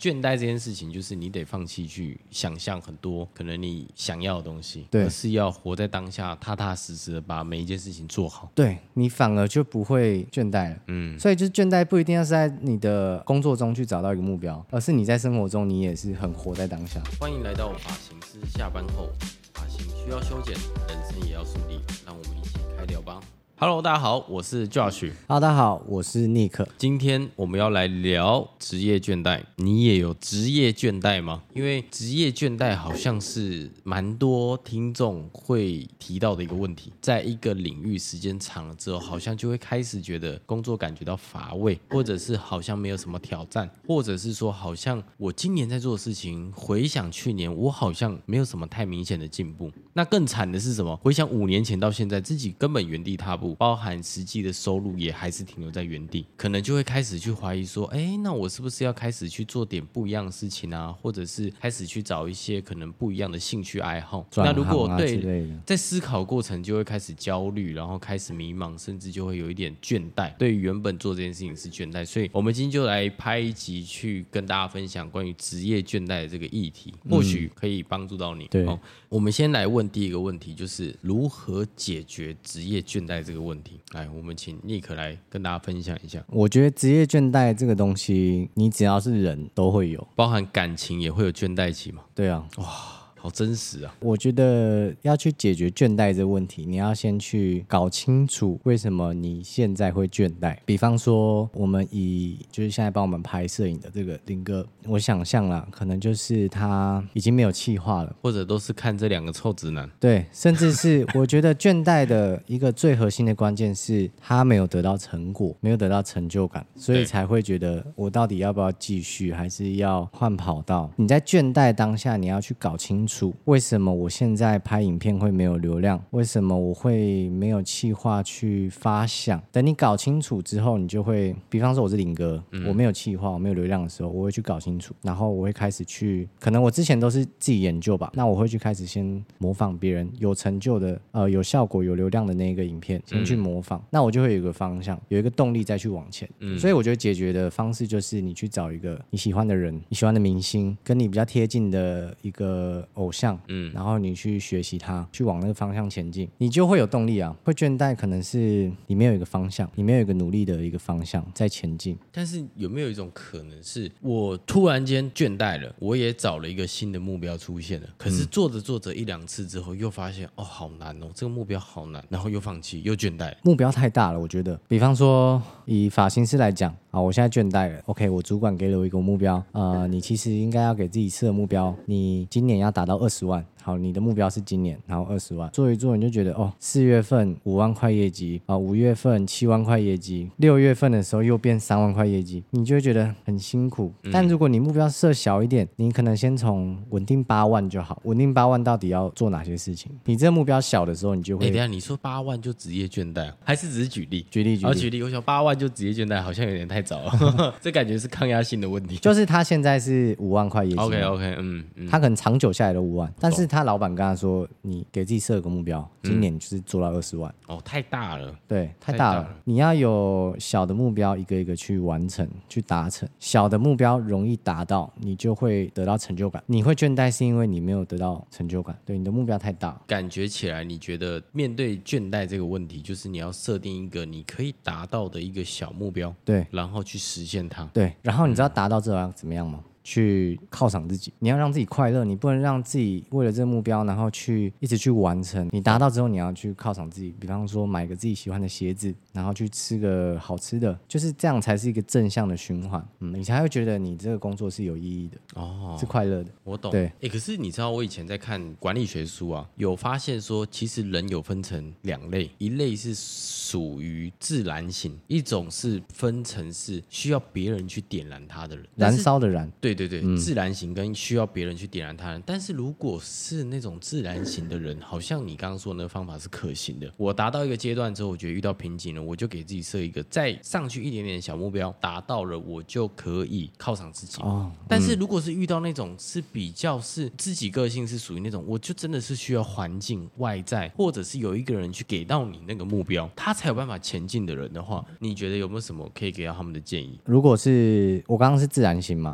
倦怠这件事情，就是你得放弃去想象很多可能你想要的东西， 对， 而是要活在当下，踏踏实实的把每一件事情做好。 对，你反而就不会倦怠了。所以就是倦怠不一定要是在你的工作中去找到一个目标，而是你在生活中你也是很活在当下。 欢迎来到发型师下班后，发型需要修剪，人生也要梳理，让我们一起开聊吧。Hello， 大家好，我是 Josh。Hello， 大家好，我是 Nick。 今天我们要来聊职业倦怠。你也有职业倦怠吗？因为职业倦怠好像是蛮多听众会提到的一个问题，在一个领域时间长了之后，好像就会开始觉得工作感觉到乏味，或者是好像没有什么挑战，或者是说好像我今年在做的事情，回想去年我好像没有什么太明显的进步。那更惨的是什么？回想5年前到现在，自己根本原地踏步，包含实际的收入也还是停留在原地，可能就会开始去怀疑说，那我是不是要开始去做点不一样的事情啊？或者是开始去找一些可能不一样的兴趣爱好。 转行啊， 那如果对之类的， 在思考过程就会开始焦虑，然后开始迷茫，甚至就会有一点倦怠。对于原本做这件事情是倦怠，所以我们今天就来拍一集去跟大家分享关于职业倦怠的这个议题，或许可以帮助到你。 对， 我们先来问第一个问题，就是如何解决职业倦怠这个问题。来，我们请Nick来跟大家分享一下。 我觉得职业倦怠这个东西，你只要是人都会有， 包含感情也会有倦怠期嘛？ 对啊， 好真实啊！ 我觉得要去解决倦怠这个问题，你要先去搞清楚为什么你现在会倦怠。比方说，我们就是现在帮我们拍摄影的这个林哥，我想象啦，可能就是他已经没有企划了， 或者都是看这2个臭直男。 对，甚至是我觉得倦怠的一个最核心的关键是他没有得到成果，没有得到成就感，所以才会觉得我到底要不要继续，还是要换跑道。你在倦怠当下，你要去搞清楚为什么我现在拍影片会没有流量，为什么我会没有企划去发想。等你搞清楚之后，你就会，比方说我是林哥，我没有企划，我没有流量的时候，我会去搞清楚，然后我会开始去，可能我之前都是自己研究吧，那我会去开始先模仿别人有成就的有效果有流量的那个影片，先去模仿，那我就会有一个方向，有一个动力再去往前。所以我觉得解决的方式就是你去找一个你喜欢的人，你喜欢的明星，跟你比较贴近的一个偶像，然后你去学习他，去往那个方向前进，你就会有动力啊。会倦怠可能是你没有一个方向，你没有一个努力的一个方向在前进。 但是有没有一种可能是我突然间倦怠了，我也找了一个新的目标出现了，可是做着做着1-2次之后，又发现好难哦，这个目标好难，然后又放弃，又倦怠了。 目标太大了，我觉得。比方说以发型师来讲，我现在倦怠了 ，OK， 我主管给了我一个目标，你其实应该要给自己设目标，你今年要达到20万。好，你的目标是今年，然后20万，做一做你就觉得4月份5万块业绩5月份7万块业绩，6月份的时候又变3万块业绩，你就会觉得很辛苦。但如果你目标设小一点，你可能先从稳定8万就好。稳定8万到底要做哪些事情？你这个目标小的时候，你就会。 等一下你说8万就职业倦怠，还是只是举例？ 举例， 我想8万就职业倦怠，好像有点太早了，这感觉是抗压性的问题。 就是他现在是5万块业绩 ，OK， 他可能长久下来的5万，但是他老板跟他说，你给自己设个目标，今年就是做到20万。 太大了， 对，太大了。你要有小的目标，一个一个去完成，去达成。小的目标容易达到，你就会得到成就感。你会倦怠是因为你没有得到成就感，对，你的目标太大。 感觉起来，你觉得面对倦怠这个问题，就是你要设定一个你可以达到的一个小目标， 对， 然后去实现它。 对，然后你知道达到之后要怎么样吗？去犒赏自己，你要让自己快乐，你不能让自己为了这个目标，然后一直去完成。你达到之后，你要去犒赏自己，比方说买个自己喜欢的鞋子，然后去吃个好吃的，就是这样才是一个正向的循环。你才会觉得你这个工作是有意义的，是快乐的。 我懂。 对， 可是你知道我以前在看管理学书啊，有发现说，其实人有分成2类，一类是属于自然型，一种是分成是需要别人去点燃他的人， 燃烧的燃。 对，自然型跟需要别人去点燃他人。但是如果是那种自然型的人，好像你刚刚说的那个方法是可行的。我达到一个阶段之后，我觉得遇到瓶颈了，我就给自己设一个再上去一点点的小目标，达到了我就可以犒赏自己。但是如果是遇到那种是比较是自己个性是属于那种，我就真的是需要环境外在，或者是有一个人去给到你那个目标，他才有办法前进的人的话，你觉得有没有什么可以给到他们的建议？ 如果是我刚刚是自然型嘛， 对， 我觉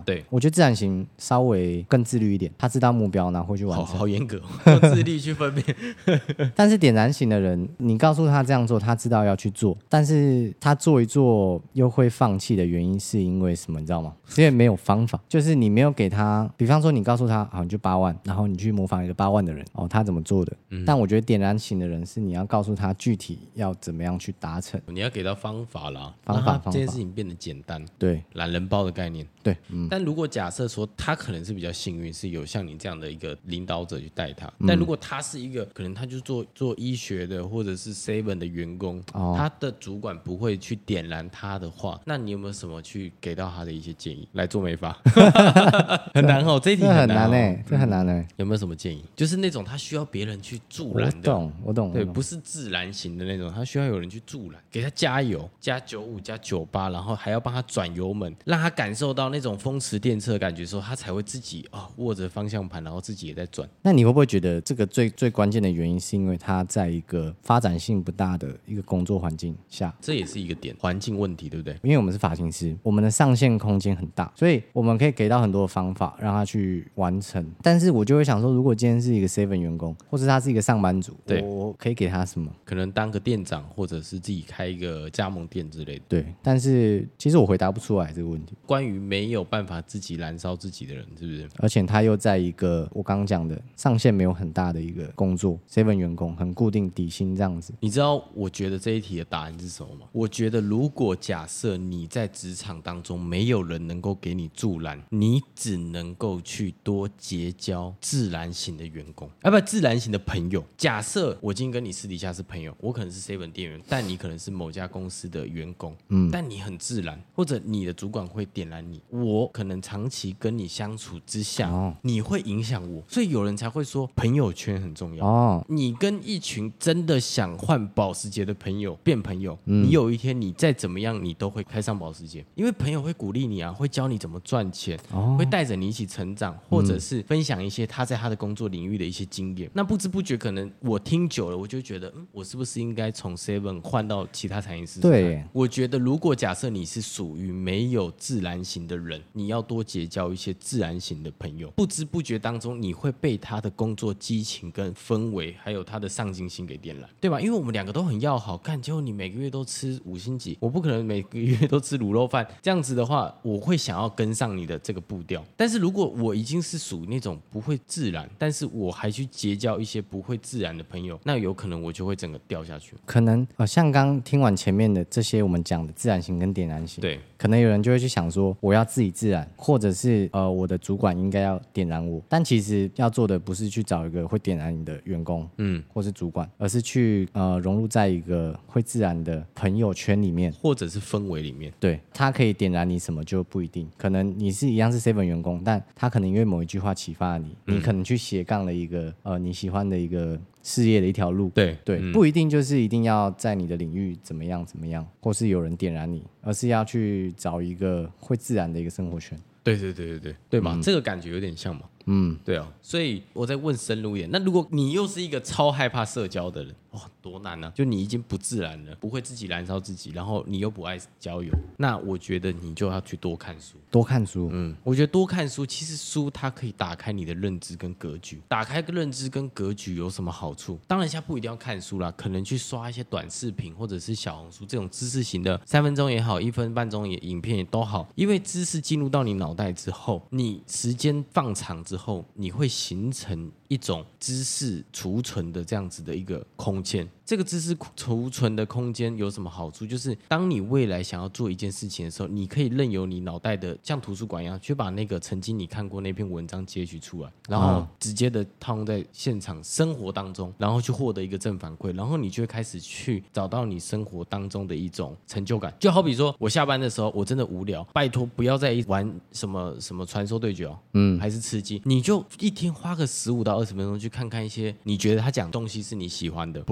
觉得自然型稍微更自律一点，他知道目标然后会去完成。 好严格，用自律去分辨。 但是点燃型的人，你告诉他这样做，他知道要去做，但是他做一做又会放弃的原因是因为什么？你知道吗？是因为没有方法，就是你没有给他，比方说你告诉他，好，你就8万，然后你去模仿一个8万的人，他怎么做的？但我觉得点燃型的人是你要告诉他具体要怎么样去达成， 你要给到方法啦， 方法让这件事情变得简单。 对， 懒人包的概念。 对， 但如果假设说他可能是比较幸运，是有像你这样的一个领导者去带他，但如果他是一个可能他就做医学的或者是 Seven 的员工，他的主管不会去点燃他的话，那你有没有什么去给到他的一些建议来做美发？很难哦，这一题很难哎，这很难哎。 有没有什么建议？就是那种他需要别人去助燃的， 我懂， 对，不是自燃型的那种，他需要有人去助燃，给他加油，加95加98，然后还要帮他转油门，让他感受到那种风驰电掣的感觉的时候，他才会自己握着方向盘，然后自己也在转。 那你会不会觉得这个最关键的原因是因为他在一个发展性不大的一个工作环境下？ 这也是一个点，环境问题，对不对？ 因为我们是发型师，我们的上限空间很大，所以我们可以给到很多的方法让他去完成。但是我就会想说，如果今天是一个 7 员工，或是他是一个上班族， 对， 我可以给他什么？ 可能当个店长，或者是自己开一个加盟店之类的。 对，但是其实我回答不出来这个问题。 关于没有办法自己燃烧自己的人，是不是？ 而且他又在一个我刚刚讲的上限没有很大的一个工作 ，7 员工很固定底薪这样子。 你知道我觉得这一题的答案是什么吗？我觉得如果假设你在职场当中没有人能够给你助燃，你只能够去多结交自然型的员工，不自然型的朋友。假设我今天跟你私底下是朋友，我可能是 7 店员，但你可能是某家公司的员工，但你很自然，或者你的主管会点燃你，我可能长期跟你相处之下，你会影响我，所以有人才会说朋友圈很重要。你跟一群真的想换保时捷的朋友变朋友，你有一天你再怎么样，你都会开上保时捷，因为朋友会鼓励你啊，会教你怎么赚钱，会带着你一起成长，或者是分享一些他在他的工作领域的一些经验。那不知不觉可能我听久了，我就觉得，我是不是应该从 7 换到其他产业试试看？ 对， 我觉得如果假设你是属于没有自然型的人，你要多结交一些自然型的朋友，不知不觉当中你会被他的工作激情跟氛围，还有他的上进心给点燃，对吧？因为我们两个都很要好，干，结果你每个月都吃5星级，我不可能每个月都吃卤肉饭，这样子的话，我会想要跟上你的这个步调。但是如果我已经是属于那种不会自然，但是我还去结交一些不会自然的朋友，那有可能我就会整个掉下去。 可能像刚听完前面的这些我们讲的自然型跟点燃型， 对， 可能有人就会去想说，我要自己自然，或者是我的主管应该要点燃我。但其实要做的不是去找一个会点燃你的员工，或是主管，而是去融入在一个会自然的朋友圈里面， 或者是氛围里面。 对，他可以点燃你什么就不一定，可能你是一样是 7 员工，但他可能因为某一句话启发了你，你可能去斜杠了一个你喜欢的一个事业的一条路。 对， 不一定就是一定要在你的领域怎么样，或是有人点燃你，而是要去找一个会自然的一个生活圈。 对嘛，这个感觉有点像嘛。对啊，所以我再问深入一点，那如果你又是一个超害怕社交的人，哇，多难啊！就你已经不自然了，不会自己燃烧自己，然后你又不爱交友，那我觉得你就要去多看书。我觉得多看书，其实书它可以打开你的认知跟格局。打开个认知跟格局有什么好处？当然现在不一定要看书啦，可能去刷一些短视频或者是小红书这种知识型的，3分钟也好，1分半钟也影片也都好，因为知识进入到你脑袋之后，你时间放长之后，你会形成一种知识储存的这样子的一个空间。这个知识储存的空间有什么好处？就是当你未来想要做一件事情的时候，你可以任由你脑袋的像图书馆一样，去把那个曾经你看过那篇文章截取出来，然后直接的套用在现场生活当中，然后去获得一个正反馈，然后你就会开始去找到你生活当中的一种成就感。就好比说我下班的时候我真的无聊，拜托不要再玩什么传说对决还是吃鸡，你就一天花个15到20分钟去看看一些你觉得他讲东西是你喜欢的，不论是讲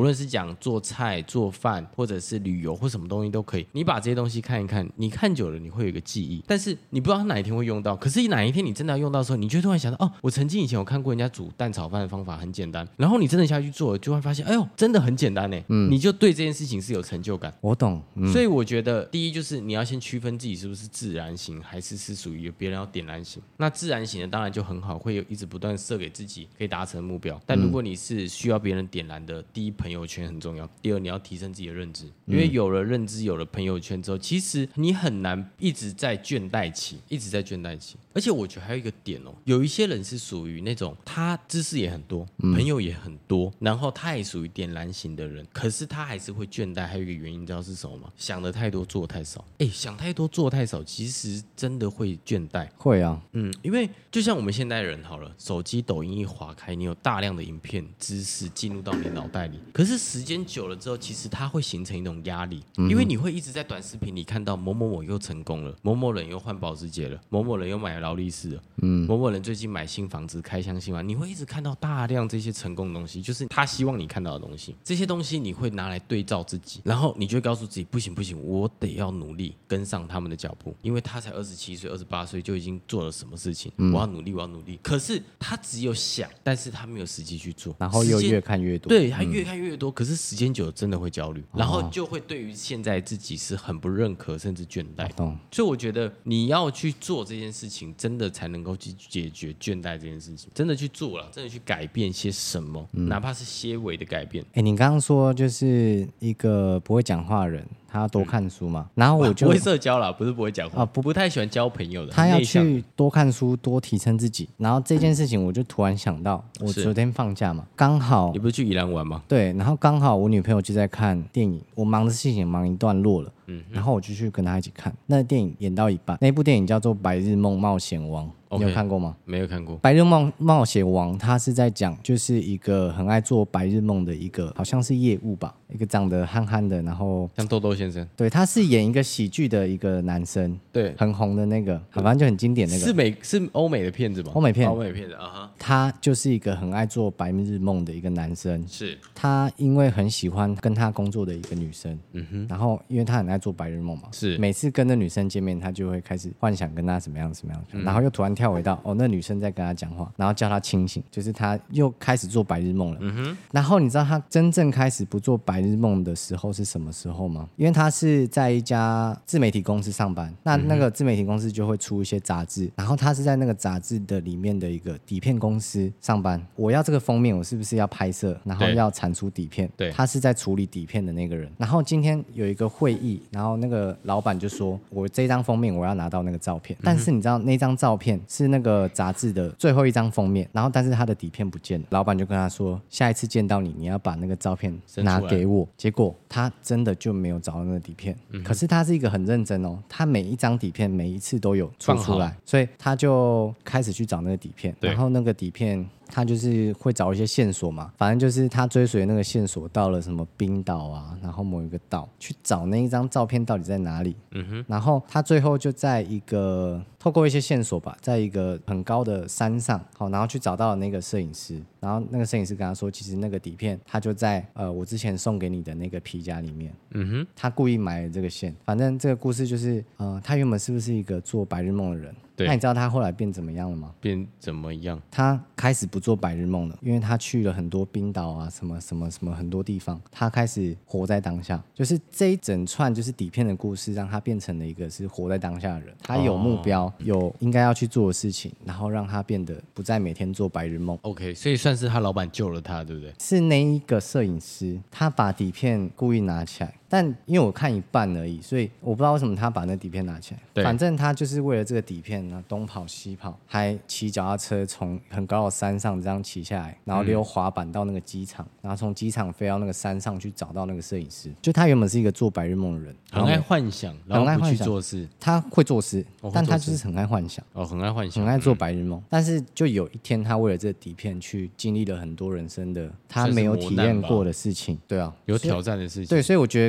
享、做菜、做饭，或者是旅游或什么东西都可以。你把这些东西看一看，你看久了你会有一个记忆，但是你不知道它哪一天会用到。可是哪一天你真的要用到的时候，你就突然想到，哦，我曾经以前有看过人家煮蛋炒饭的方法很简单，然后你真的下去做，就会发现，哎呦，真的很简单呢。你就对这件事情是有成就感。 我懂。 所以我觉得第一就是你要先区分自己是不是自然型，还是属于别人要点燃型。那自然型的当然就很好，会有一直不断设给自己可以达成的目标。但如果你是需要别人点燃的，第一朋友圈很重要，第二你要提升自己的认知，因为有了认知，有了朋友圈之后，其实你很难一直在倦怠期，一直在倦怠期。而且我觉得还有一个点哦，有一些人是属于那种他知识也很多，朋友也很多，然后他也属于点燃型的人，可是他还是会倦怠。还有一个原因，你知道是什么吗？想的太多，做的太少。想太多，做的太少，其实真的会倦怠。 会啊， 因为就像我们现代人好了，手机、抖音一划开，你有大量的影片、知识进入到你脑袋里。可是时间久了之后，其实它会形成一种压力，因为你会一直在短视频里看到某某某又成功了，某某人又换保时捷了，某某人又买劳力士了，某某人最近买新房子、开箱新房，你会一直看到大量这些成功的东西，就是他希望你看到的东西。这些东西你会拿来对照自己，然后你就会告诉自己，不行不行，我得要努力跟上他们的脚步，因为他才27岁、28岁就已经做了什么事情，我要努力，我要努力。可是他只有想，但是他没有实际去做， 然后又越看越多， 对，他越看越多，可是时间久了真的会焦虑，然后就会对于现在自己是很不认可，甚至倦怠。所以我觉得你要去做这件事情，真的才能够去解决倦怠这件事情，真的去做了，真的去改变些什么，哪怕是些微的改变。 你刚刚说就是一个不会讲话的人，他要多看书嘛，然后我就不会社交啦，不是不会讲话，不太喜欢交朋友的， 他要去多看书，多提升自己。然后这件事情我就突然想到，我昨天放假嘛，刚好你不是去宜兰玩吗？ 对，然后刚好我女朋友就在看电影，我忙的事情忙一段落了，然后我就去跟她一起看。那电影演到一半，那部电影叫做《白日梦冒险王》。你有看过吗？ 没有看过。 白日梦冒险王，他是在讲就是一个很爱做白日梦的一个，好像是业务吧，一个长得憨憨的，然后像豆豆先生。 对，他是演一个喜剧的一个男生， 对， 很红的那个，反正就很经典那个。 是欧美的片子吗？ 欧美片的啊哈。 他就是一个很爱做白日梦的一个男生。 是。 他因为很喜欢跟他工作的一个女生，然后因为他很爱做白日梦嘛， 是。 每次跟那女生见面，他就会开始幻想跟她什么样，然后又突然跳回到那女生在跟他讲话，然后叫他清醒，就是他又开始做白日梦了。然后你知道他真正开始不做白日梦的时候是什么时候吗？因为他是在一家自媒体公司上班，那个自媒体公司就会出一些杂志，然后他是在那个杂志的里面的一个底片公司上班。我要这个封面，我是不是要拍摄，然后要产出底片？ 对， 他是在处理底片的那个人。然后今天有一个会议，然后那个老板就说，我这张封面我要拿到那个照片，但是你知道那张照片是那个杂志的最后一张封面，然后但是他的底片不见了。老板就跟他说，下一次见到你，你要把那个照片拿给我。结果他真的就没有找到那个底片，可是他是一个很认真哦，他每一张底片每一次都有出来，所以他就开始去找那个底片，然后那个底片他就是会找一些线索嘛，反正就是他追随那个线索到了什么冰岛啊，然后某一个岛去找那一张照片到底在哪里。然后他最后就在一个透过一些线索吧，在一个很高的山上，好，然后去找到了那个摄影师，然后那个摄影师跟他说，其实那个底片他就在我之前送给你的那个皮夹里面。他故意埋了这个线。反正这个故事就是他原本是不是一个做白日梦的人？那你知道他后来变怎么样了吗？ 变怎么样？ 他开始不做白日梦了，因为他去了很多冰岛啊，什么很多地方，他开始活在当下。就是这一整串就是底片的故事，让他变成了一个是活在当下的人。他有目标，有应该要去做的事情，然后让他变得不再每天做白日梦。 OK， 所以算是他老板救了他，对不对？ 是那一个摄影师，他把底片故意拿起来。但因为我看一半而已，所以我不知道为什么他把那底片拿起来。反正他就是为了这个底片，然后东跑西跑，还骑脚踏车从很高的山上这样骑下来，然后溜滑板到那个机场，然后从机场飞到那个山上去找到那个摄影师。就他原本是一个做白日梦的人， 很爱幻想，然后不去做事。 他会做事，但他就是很爱幻想。 很爱幻想， 很爱做白日梦。但是就有一天，他为了这个底片去经历了很多人生的他没有体验过的事情。对啊， 有挑战的事情。 对，所以我觉得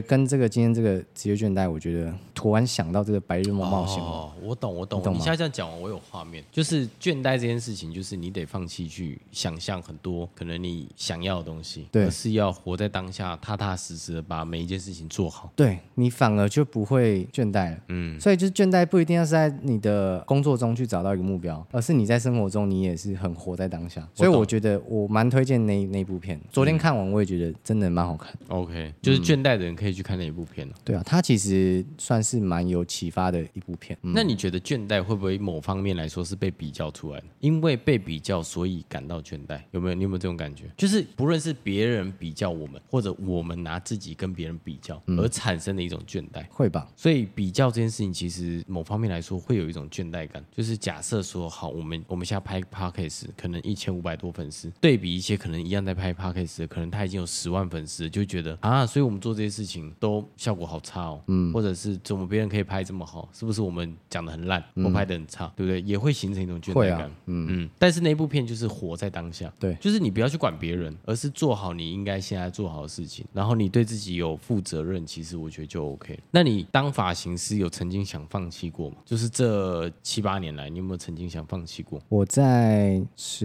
跟这个今天这个职业倦怠，我觉得突然想到这个白日梦冒险。 我懂。你现在这样讲完，我有画面，就是倦怠这件事情，就是你得放弃去想象很多可能你想要的东西， 对， 而是要活在当下，踏踏实实的把每一件事情做好。 对，你反而就不会倦怠了。所以就是倦怠不一定要是在你的工作中去找到一个目标，而是你在生活中你也是很活在当下。所以我觉得我蛮推荐那部片，昨天看完我也觉得真的蛮好看。 OK， 就是倦怠的人可以去看那一部片。 对啊，它其实算是蛮有启发的一部片。 那你觉得倦怠会不会某方面来说是被比较出来的？因为被比较，所以感到倦怠，你有没有这种感觉？就是不论是别人比较我们，或者我们拿自己跟别人比较，而产生的一种倦怠， 会吧？ 所以比较这件事情，其实某方面来说会有一种倦怠感。就是假设说，好，我们现在拍 podcast， 可能1500多粉丝，对比一些可能一样在拍 podcast 的，可能他已经有10万粉丝，就觉得啊，所以我们做这些事情都效果好差哦，或者是怎么别人可以拍这么好，是不是我们讲的很烂，或拍的很差，对不对？也会形成一种倦怠感。但是那部片就是活在当下， 对， 就是你不要去管别人，而是做好你应该现在做好的事情，然后你对自己有负责任，其实我觉得就 OK。那你当发型师有曾经想放弃过吗？就是这7、8年来，你有没有曾经想放弃过？ 我在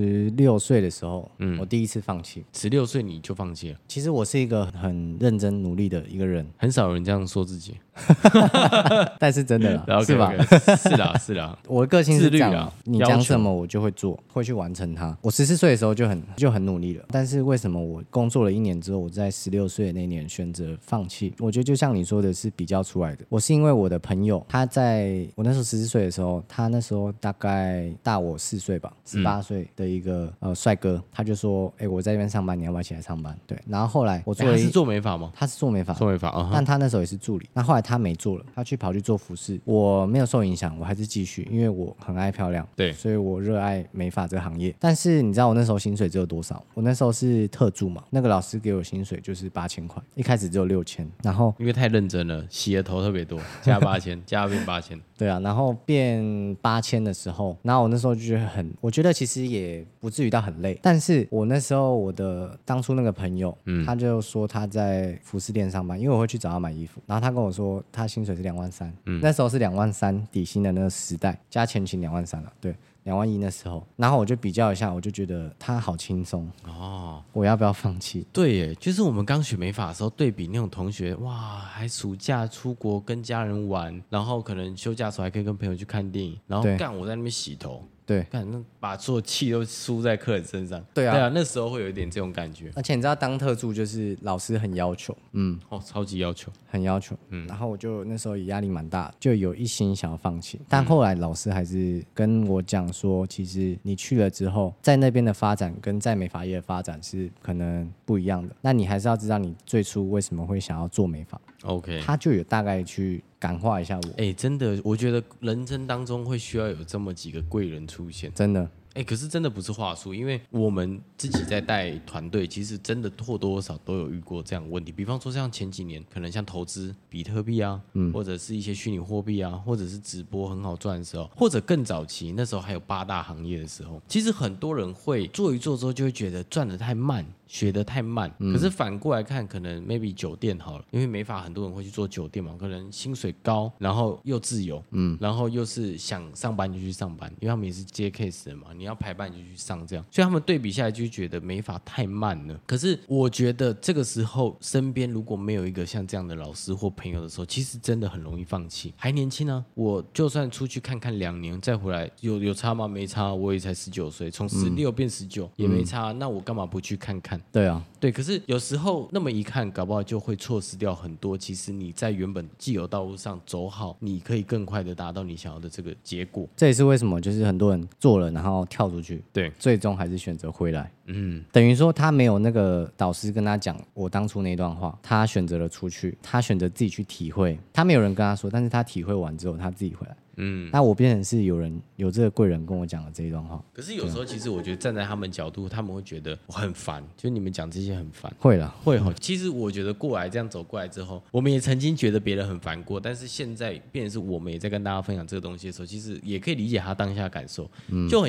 16岁的时候，我第一次放弃。 16岁你就放弃了？ 其实我是一个很认真努力的一个人， 很少人这样说自己， 但是真的啦， okay, 是吧？ 是啦， 我的个性是这样啦， 你讲什么我就会做，会去完成它。我14岁的时候就很努力了，但是为什么我工作了1年之后，我在16岁的那年选择放弃？我觉得就像你说的是比较出来的。我是因为我的朋友，他在我那时候14岁的时候，他那时候大概大我4岁吧，18岁的一个帅哥，他就说：“我在这边上班，你要不要一起来上班？”对，然后后来我做了他是做美发吗？ 他是做美发， 但他那时候也是助理。那后来他没做了，他跑去做服饰。我没有受影响，我还是继续，因为我很爱漂亮， 对， 所以我热爱美发这个行业。但是你知道我那时候薪水只有多少？我那时候是特助嘛，那个老师给我薪水就是8000块，一开始只有6000，然后因为太认真了，洗的头特别多，加8000，加变8000。 对啊，然后变8000的时候，然后我那时候就觉得我觉得其实也不至于到很累，但是我那时候我的当初那个朋友，他就说他在服饰店上班，因为我会去找他买衣服，然后他跟我说他薪水是23000，那时候是23000底薪的那个时代，加前勤23000了，对。21000那时候，然后我就比较一下，我就觉得他好轻松哦，我要不要放弃？ 对耶，就是我们刚学美发的时候，对比那种同学，哇，还暑假出国跟家人玩，然后可能休假的时候还可以跟朋友去看电影，然后干我在那边洗头。 对， 看那把所有气都输在客人身上。 对啊， 那时候会有一点这种感觉。 而且你知道，当特助就是老师很要求， 超级要求， 很要求，然后我就那时候也压力蛮大，就有一心想要放弃，但后来老师还是跟我讲说，其实你去了之后，在那边的发展跟在美发业的发展是可能不一样的，那你还是要知道你最初为什么会想要做美发。 OK， 他就有大概去感化一下我。 真的，我觉得人生当中会需要有这么几个贵人出现， 真的。 可是真的不是话术，因为我们自己在带团队，其实真的或多或少都有遇过这样的问题。比方说像前几年，可能像投资比特币啊，或者是一些虚拟货币啊，或者是直播很好赚的时候，或者更早期那时候还有8大行业的时候，其实很多人会做一做之后就会觉得赚得太慢，学得太慢。可是反过来看，可能 maybe 酒店好了，因为美发很多人会去做酒店嘛，可能薪水高，然后又自由，然后又是想上班就去上班，因为他们也是接 case 的嘛，你要排班就去上这样，所以他们对比下来就觉得美发太慢了。可是我觉得这个时候身边如果没有一个像这样的老师或朋友的时候，其实真的很容易放弃。还年轻啊，我就算出去看看2年再回来，有差吗？没差，我也才19岁，从16变19也没差，那我干嘛不去看看？ 对啊， 对。可是有时候那么一看，搞不好就会错失掉很多。其实你在原本既有道路上走好，你可以更快的达到你想要的这个结果。 这也是为什么就是很多人做了然后跳出去， 对， 最终还是选择回来。等于说他没有那个导师跟他讲我当初那段话，他选择了出去，他选择自己去体会，他没有人跟他说，但是他体会完之后他自己回来。那我变成是有这个贵人跟我讲了这一段话。 可是有时候其实我觉得站在他们角度，他们会觉得我很烦，就你们讲这些很烦。 会啦， 会哈。其实我觉得过来这样走过来之后，我们也曾经觉得别人很烦过，但是现在变成是我们也在跟大家分享这个东西的时候，其实也可以理解他当下的感受，就很像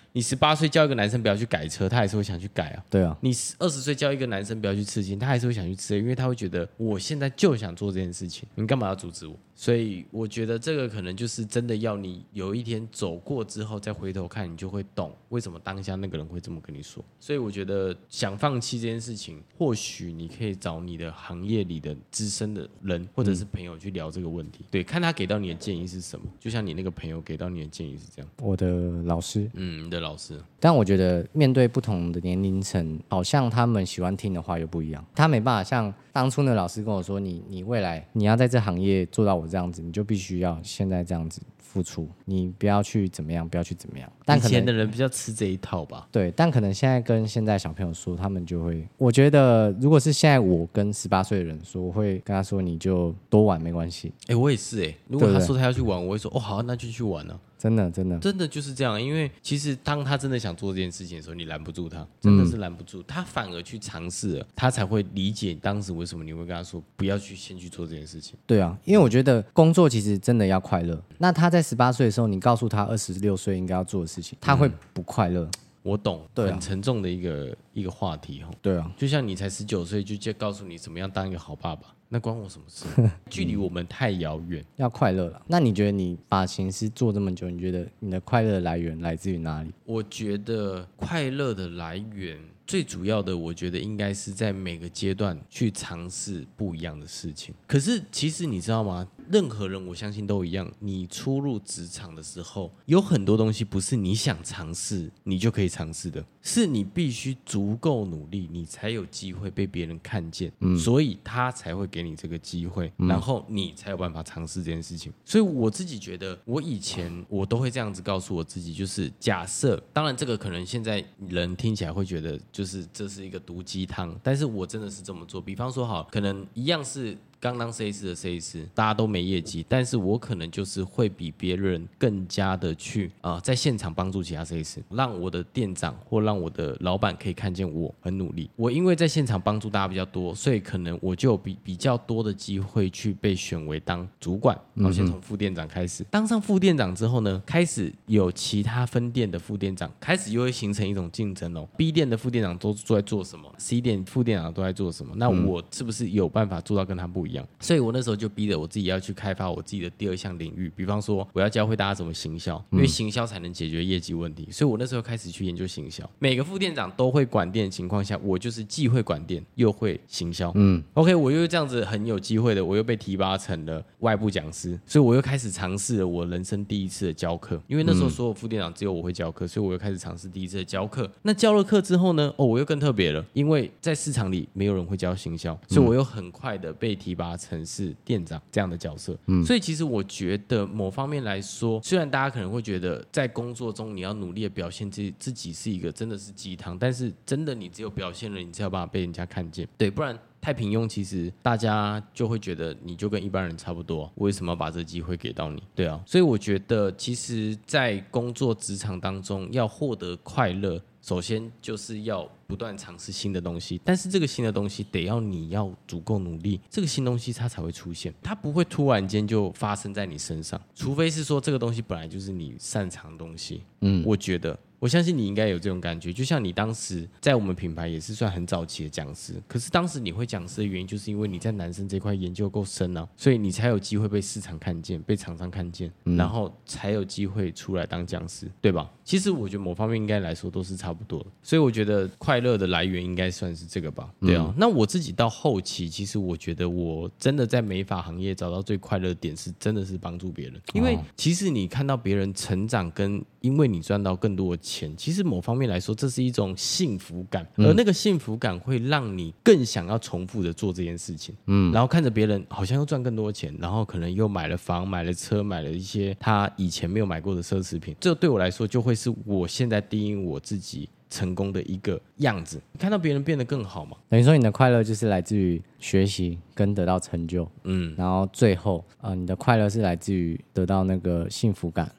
你18岁叫一个男生不要去改车，他还是会想去改啊。 对啊， 你20岁叫一个男生不要去刺青，他还是会想去刺，因为他会觉得我现在就想做这件事情，你干嘛要阻止我？所以我觉得这个可能就是真的要你有一天走过之后再回头看，你就会懂为什么当下那个人会这么跟你说。所以我觉得想放弃这件事情，或许你可以找你的行业里的资深的人或者是朋友去聊这个问题，对，看他给到你的建议是什么。就像你那个朋友给到你的建议是这样， 我的老师， 你的老师。 但我觉得面对不同的年龄层，好像他们喜欢听的话又不一样。他没办法像当初的老师跟我说，你未来你要在这行业做到我这样子，你就必须要现在这样子付出，你不要去怎么样，不要去怎么样。但以可能前的人比较吃这一套吧。 对，但可能现在跟现在小朋友说，他们就会，我觉得如果是现在我跟18岁的人说，我会跟他说，你就多玩没关系。 我也是如果他说他要去玩，我会说哦好，那就去玩啊。 真的真的真的就是这样，因为其实当他真的想做这件事情的时候，你拦不住他，真的是拦不住他，反而去尝试了，他才会理解当时为什么你会跟他说不要去先去做这件事情。 对啊，因为我觉得工作其实真的要快乐。那他在18岁的时候，你告诉他26岁应该要做的事情，他会不快乐。 我懂， 对啊， 很沉重的一个话题哈。 对啊， 就像你才19岁就告诉你怎么样当一个好爸爸，那关我什么事？距离我们太遥远。 要快乐了。那你觉得你发型师做这么久，你觉得你的快乐的来源来自于哪里？ 我觉得快乐的来源最主要的，我觉得应该是在每个阶段去尝试不一样的事情。可是其实你知道吗？任何人我相信都一样，你初入职场的时候，有很多东西不是你想尝试你就可以尝试的，是你必须足够努力，你才有机会被别人看见，所以他才会给你这个机会，然后你才有办法尝试这件事情。所以我自己觉得，我以前我都会这样子告诉我自己，就是假设，当然这个可能现在人听起来会觉得就是这是一个毒鸡汤，但是我真的是这么做。比方说好，可能一样是刚当设计师的设计师，大家都没业绩，但是我可能就是会比别人更加的去在现场帮助其他设计师，让我的店长或让我的老板可以看见我很努力。我因为在现场帮助大家比较多，所以可能我就有比较多的机会去被选为当主管。然后先从副店长开始，当上副店长之后呢，开始有其他分店的副店长，开始又会形成一种竞争哦。B 店的副店长都在做什么 ，C 店副店长都在做什么，那我是不是有办法做到跟他不一样？所以我那时候就逼着我自己要去开发我自己的第二项领域，比方说我要教会大家怎么行销，因为行销才能解决业绩问题。所以我那时候开始去研究行销。每个副店长都会管店的情况下，我就是既会管店又会行销。OK， 我又这样子很有机会的，我又被提拔成了外部讲师，所以我又开始尝试了我人生第一次的教课。因为那时候所有副店长只有我会教课，所以我又开始尝试第一次的教课。那教了课之后呢，我又更特别了，因为在市场里没有人会教行销，所以我又很快的被提拔成是店长这样的角色。所以其实我觉得某方面来说，虽然大家可能会觉得在工作中你要努力的表现自己是一个真的是鸡汤，但是真的你只有表现了，你才有办法被人家看见。对，不然太平庸，其实大家就会觉得你就跟一般人差不多，为什么要把这个机会给到你？对啊，所以我觉得其实在工作职场当中要获得快乐，首先就是要不断尝试新的东西，但是这个新的东西得要你要足够努力，这个新东西它才会出现，它不会突然间就发生在你身上，除非是说这个东西本来就是你擅长的东西。我觉得我相信你应该有这种感觉，就像你当时在我们品牌也是算很早期的讲师，可是当时你会讲师的原因，就是因为你在男生这块研究够深啊，所以你才有机会被市场看见，被厂商看见，然后才有机会出来当讲师，对吧？其实我觉得某方面应该来说都是差不多的，所以我觉得快乐的来源应该算是这个吧。对啊，那我自己到后期，其实我觉得我真的在美发行业找到最快乐的点是真的是帮助别人，因为其实你看到别人成长跟因为你赚到更多的钱，其实某方面来说这是一种幸福感，而那个幸福感会让你更想要重复的做这件事情。然后看着别人好像又赚更多钱，然后可能又买了房买了车买了一些他以前没有买过的奢侈品，这对我来说就会是我现在定义我自己成功的一个样子。你看到别人变得更好嘛， 等于说你的快乐就是来自于学习跟得到成就，然后最后你的快乐是来自于得到那个幸福感。 对啊，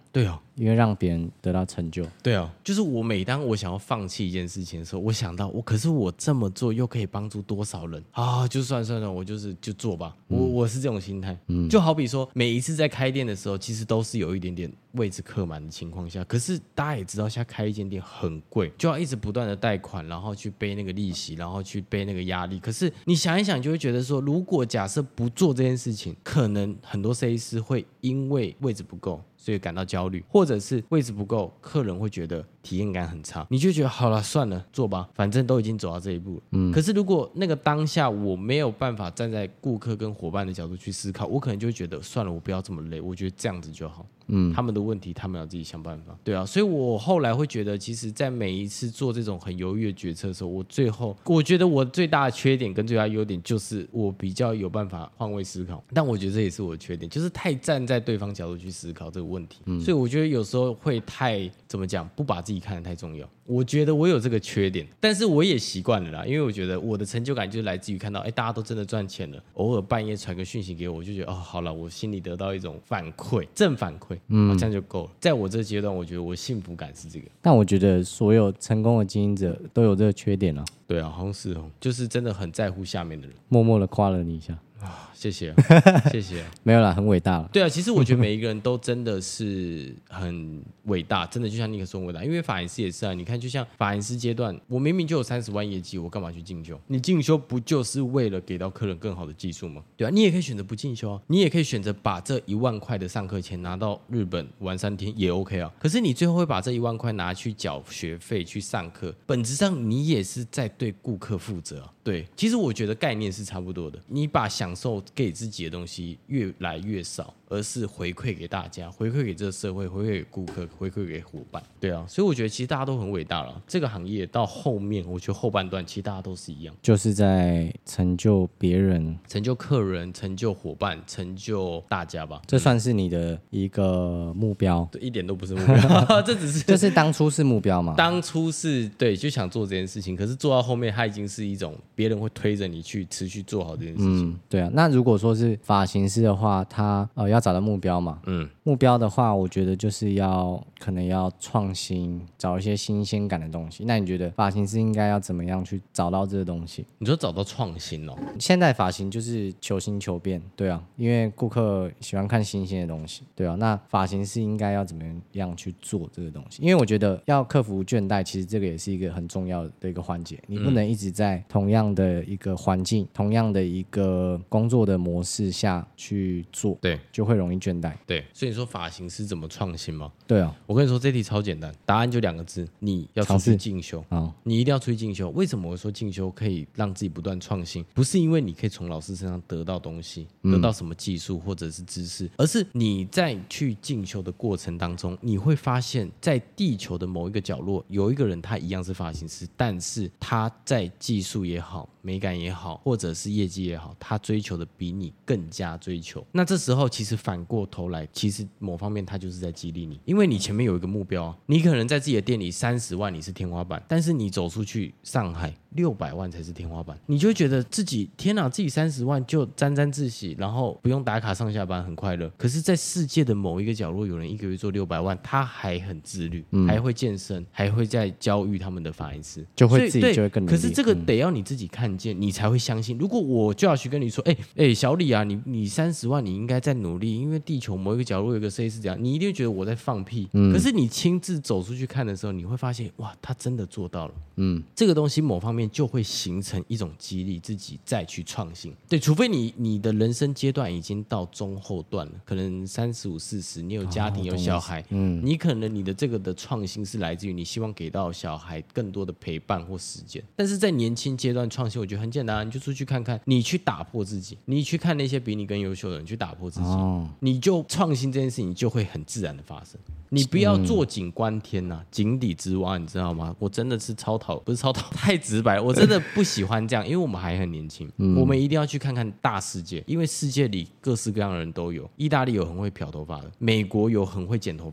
因为让别人得到成就。 对啊，就是我每当我想要放弃一件事情的时候，我想到可是我这么做又可以帮助多少人啊？就算了，我就做吧。我是这种心态。就好比说每一次在开店的时候，其实都是有一点点位置客满的情况下，可是大家也知道，现在开一间店很贵，就要一直不断的贷款，然后去背那个利息，然后去背那个压力。可是你想一想，就会觉得说，如果假设不做这件事情，可能很多设计师会因为位置不够，所以感到焦虑，或者是位置不够，客人会觉得体验感很差，你就觉得好了，算了，做吧，反正都已经走到这一步了。可是如果那个当下我没有办法站在顾客跟伙伴的角度去思考，我可能就会觉得算了，我不要这么累，我觉得这样子就好。他们的问题他们要自己想办法。对啊，所以我后来会觉得，其实在每一次做这种很犹豫的决策的时候，我觉得我最大的缺点跟最大的优点就是我比较有办法换位思考，但我觉得这也是我的缺点，就是太站在对方角度去思考这个问题。所以我觉得有时候会太怎么讲，不把自己看得太重要。我觉得我有这个缺点，但是我也习惯了啦，因为我觉得我的成就感就是来自于看到，大家都真的赚钱了，偶尔半夜传个讯息给我，我就觉得好了，我心里得到一种反馈，正反馈，这样就够了。在我这个阶段，我觉得我幸福感是这个。 但我觉得所有成功的经营者都有这个缺点啊。 对啊，好像是就是真的很在乎下面的人。 默默的夸了你一下。 谢谢谢谢。 没有啦，很伟大了。 对啊，其实我觉得每一个人都真的是很伟大，真的就像尼克说伟大。因为发型师也是啊，你看，就像发型师阶段，我明明就有30万业绩，我干嘛去进修？你进修不就是为了给到客人更好的技术吗？对啊，你也可以选择不进修啊，你也可以选择把这1万块的上课钱拿到日本玩3天也 OK 啊。可是你最后会把这1万块拿去缴学费去上课，本质上你也是在对顾客负责啊。对，其实我觉得概念是差不多的。你把享受给自己的东西越来越少，而是回馈给大家，回馈给这个社会，回馈给顾客，回馈给伙伴。对啊，所以我觉得其实大家都很伟大了。这个行业到后面，我觉得后半段其实大家都是一样， 就是在成就别人、 成就客人、成就伙伴、成就大家吧。 这算是你的一个目标。 对，一点都不是目标，这只是就是当初是目标嘛。 当初是对，就想做这件事情，可是做到后面，它已经是一种别人会推着你去持续做好这件事情。 对啊。那如果说是发型师的话，他要找到目标嘛。目标的话，我觉得就是可能要创新，找一些新鲜感的东西。那你觉得发型师应该要怎么样去找到这个东西？ 你说找到创新哦？ 现在发型就是求新求变，对啊，因为顾客喜欢看新鲜的东西，对啊。那发型师应该要怎么样去做这个东西？因为我觉得要克服倦怠，其实这个也是一个很重要的一个环节。你不能一直在同样的一个环境、同样的一个工作的模式下去做， 对， 就会容易倦怠。 对，所以你说发型师怎么创新吗？ 对啊， 我跟你说这题超简单，答案就2个字，你要出去进修。你一定要出去进修。为什么我说进修可以让自己不断创新？不是因为你可以从老师身上得到东西，得到什么技术或者是知识，而是你在去进修的过程当中，你会发现在地球的某一个角落有一个人，他一样是发型师，但是他在技术也好，美感也好，或者是业绩也好，他追求的比你更加追求。那这时候其实反过头来，其实某方面他就是在激励你，因为你前面有一个目标啊，你可能在自己的店里30万你是天花板，但是你走出去上海600万才是天花板，你就会觉得自己天哪，自己30万就沾沾自喜，然后不用打卡上下班很快乐。可是在世界的某一个角落，有人1个月做600万，他还很自律，还会健身，还会在教育他们的发型师， 就会自己就会更努力。 可是这个得要你自己看见，你才会相信。如果我就要去跟你说，小李啊，你30万你应该在努力，因为地球某一个角落有一个设计师这样，你一定会觉得我在放屁。可是你亲自走出去看的时候，你会发现哇，他真的做到了。这个东西某方面就会形成一种激励自己再去创新。对，除非你的人生阶段已经到中后段了，可能35、40，你有家庭有小孩，你可能你的这个的创新是来自于你希望给到小孩更多的陪伴或时间。但是在年轻阶段创新，我觉得很简单，你就出去看看，你去打破自己，你去看那些比你更优秀的人，去打破自己，你就创新这件事情就会很自然的发生。你不要坐井观天呐，井底之蛙，你知道吗？我真的是不是超讨，太直白了，我真的不喜欢这样，因为我们还很年轻，我们一定要去看看大世界，因为世界里各式各样的人都有。意大利有很会漂头发的，美国有很会剪头发的，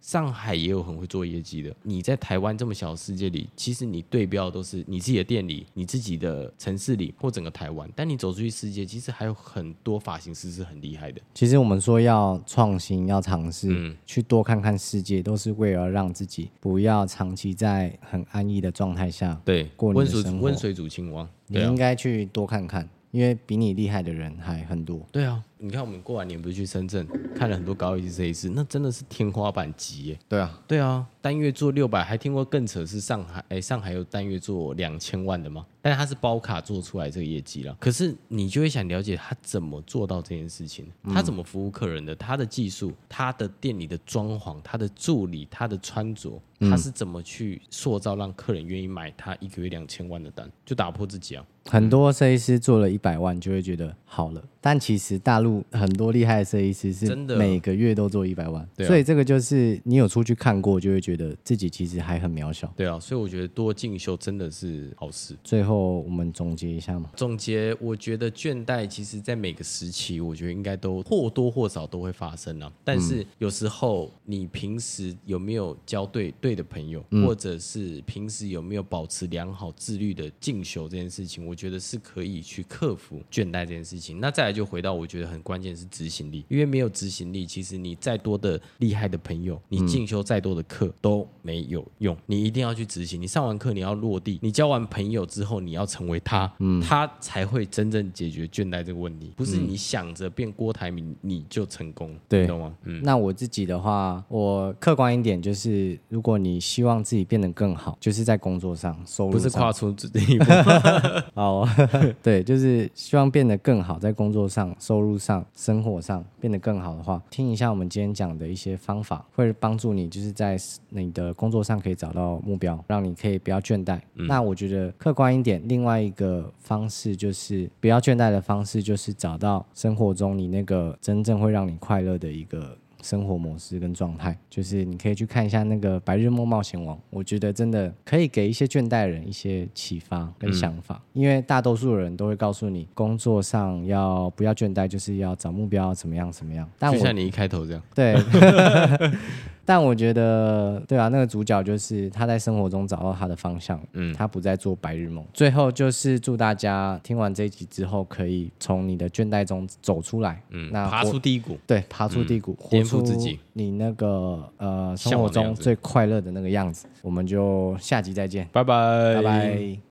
上海也有很会做业绩的。你在台湾这么小的世界里，其实你对标都是你自己的店里、你自己的城市里或整个台湾，但你走出去世界，其实还有很多发型师是很厉害的。 其实我们说要创新、要尝试，去多看看世界，都是为了让自己不要长期在很安逸的状态下对过你的生活。 温水煮青蛙， 你应该去多看看，因为比你厉害的人还很多。 对啊，你看我们过完年不是去深圳看了很多高级设计师，那真的是天花板级耶。 对啊， 对啊，单月做600，还听过更扯是上海，上海有单月做2000万的吗？但是他是包卡做出来这个业绩了。可是你就会想了解他怎么做到这件事情，他怎么服务客人的，他的技术，他的店里的装潢，他的助理，他的穿着，他是怎么去塑造让客人愿意买他1个月2000万的单，就打破自己啊。 很多设计师做了100万就会觉得好了，但其实大陆很多厉害的设计师是每个月都做100万，所以这个就是你有出去看过，就会觉得自己其实还很渺小。 对啊，所以我觉得多进修真的是好事。 最后我们总结一下嘛。 总结，我觉得倦怠其实在每个时期，我觉得应该都或多或少都会发生啊。但是有时候你平时有没有交对的朋友，或者是平时有没有保持良好自律的进修这件事情，我觉得是可以去克服倦怠这件事情。那再来就回到我觉得很关键是执行力，因为没有执行力，其实你再多的厉害的朋友，你进修再多的课都没有用。你一定要去执行，你上完课你要落地，你交完朋友之后你要成为他，他才会真正解决倦怠这个问题，不是你想着变郭台铭你就成功， 对， 你懂吗？ 那我自己的话，我客观一点，就是如果你希望自己变得更好，就是在工作上、收入上， 不是跨出这一步。 好，对，就是希望变得更好，在工作上、收入上、生活上变得更好的话，听一下我们今天讲的一些方法，会帮助你就是在你的工作上可以找到目标，让你可以不要倦怠。那我觉得客观一点，另外一个方式就是不要倦怠的方式，就是找到生活中你那个真正会让你快乐的一个生活模式跟状态，就是你可以去看一下那个白日梦冒险王，我觉得真的可以给一些倦怠人一些启发跟想法，因为大多数人都会告诉你工作上要不要倦怠，就是要找目标怎么样怎么样，但就像你一开头这样， 对但我觉得对啊，那个主角就是他在生活中找到他的方向，他不再做白日梦。最后就是祝大家听完这一集之后，可以从你的倦怠中走出来，那爬出低谷， 对，爬出低谷， 颠覆自己， 你那个生活中最快乐的那个样子。我们就下集再见， 拜拜， 拜拜。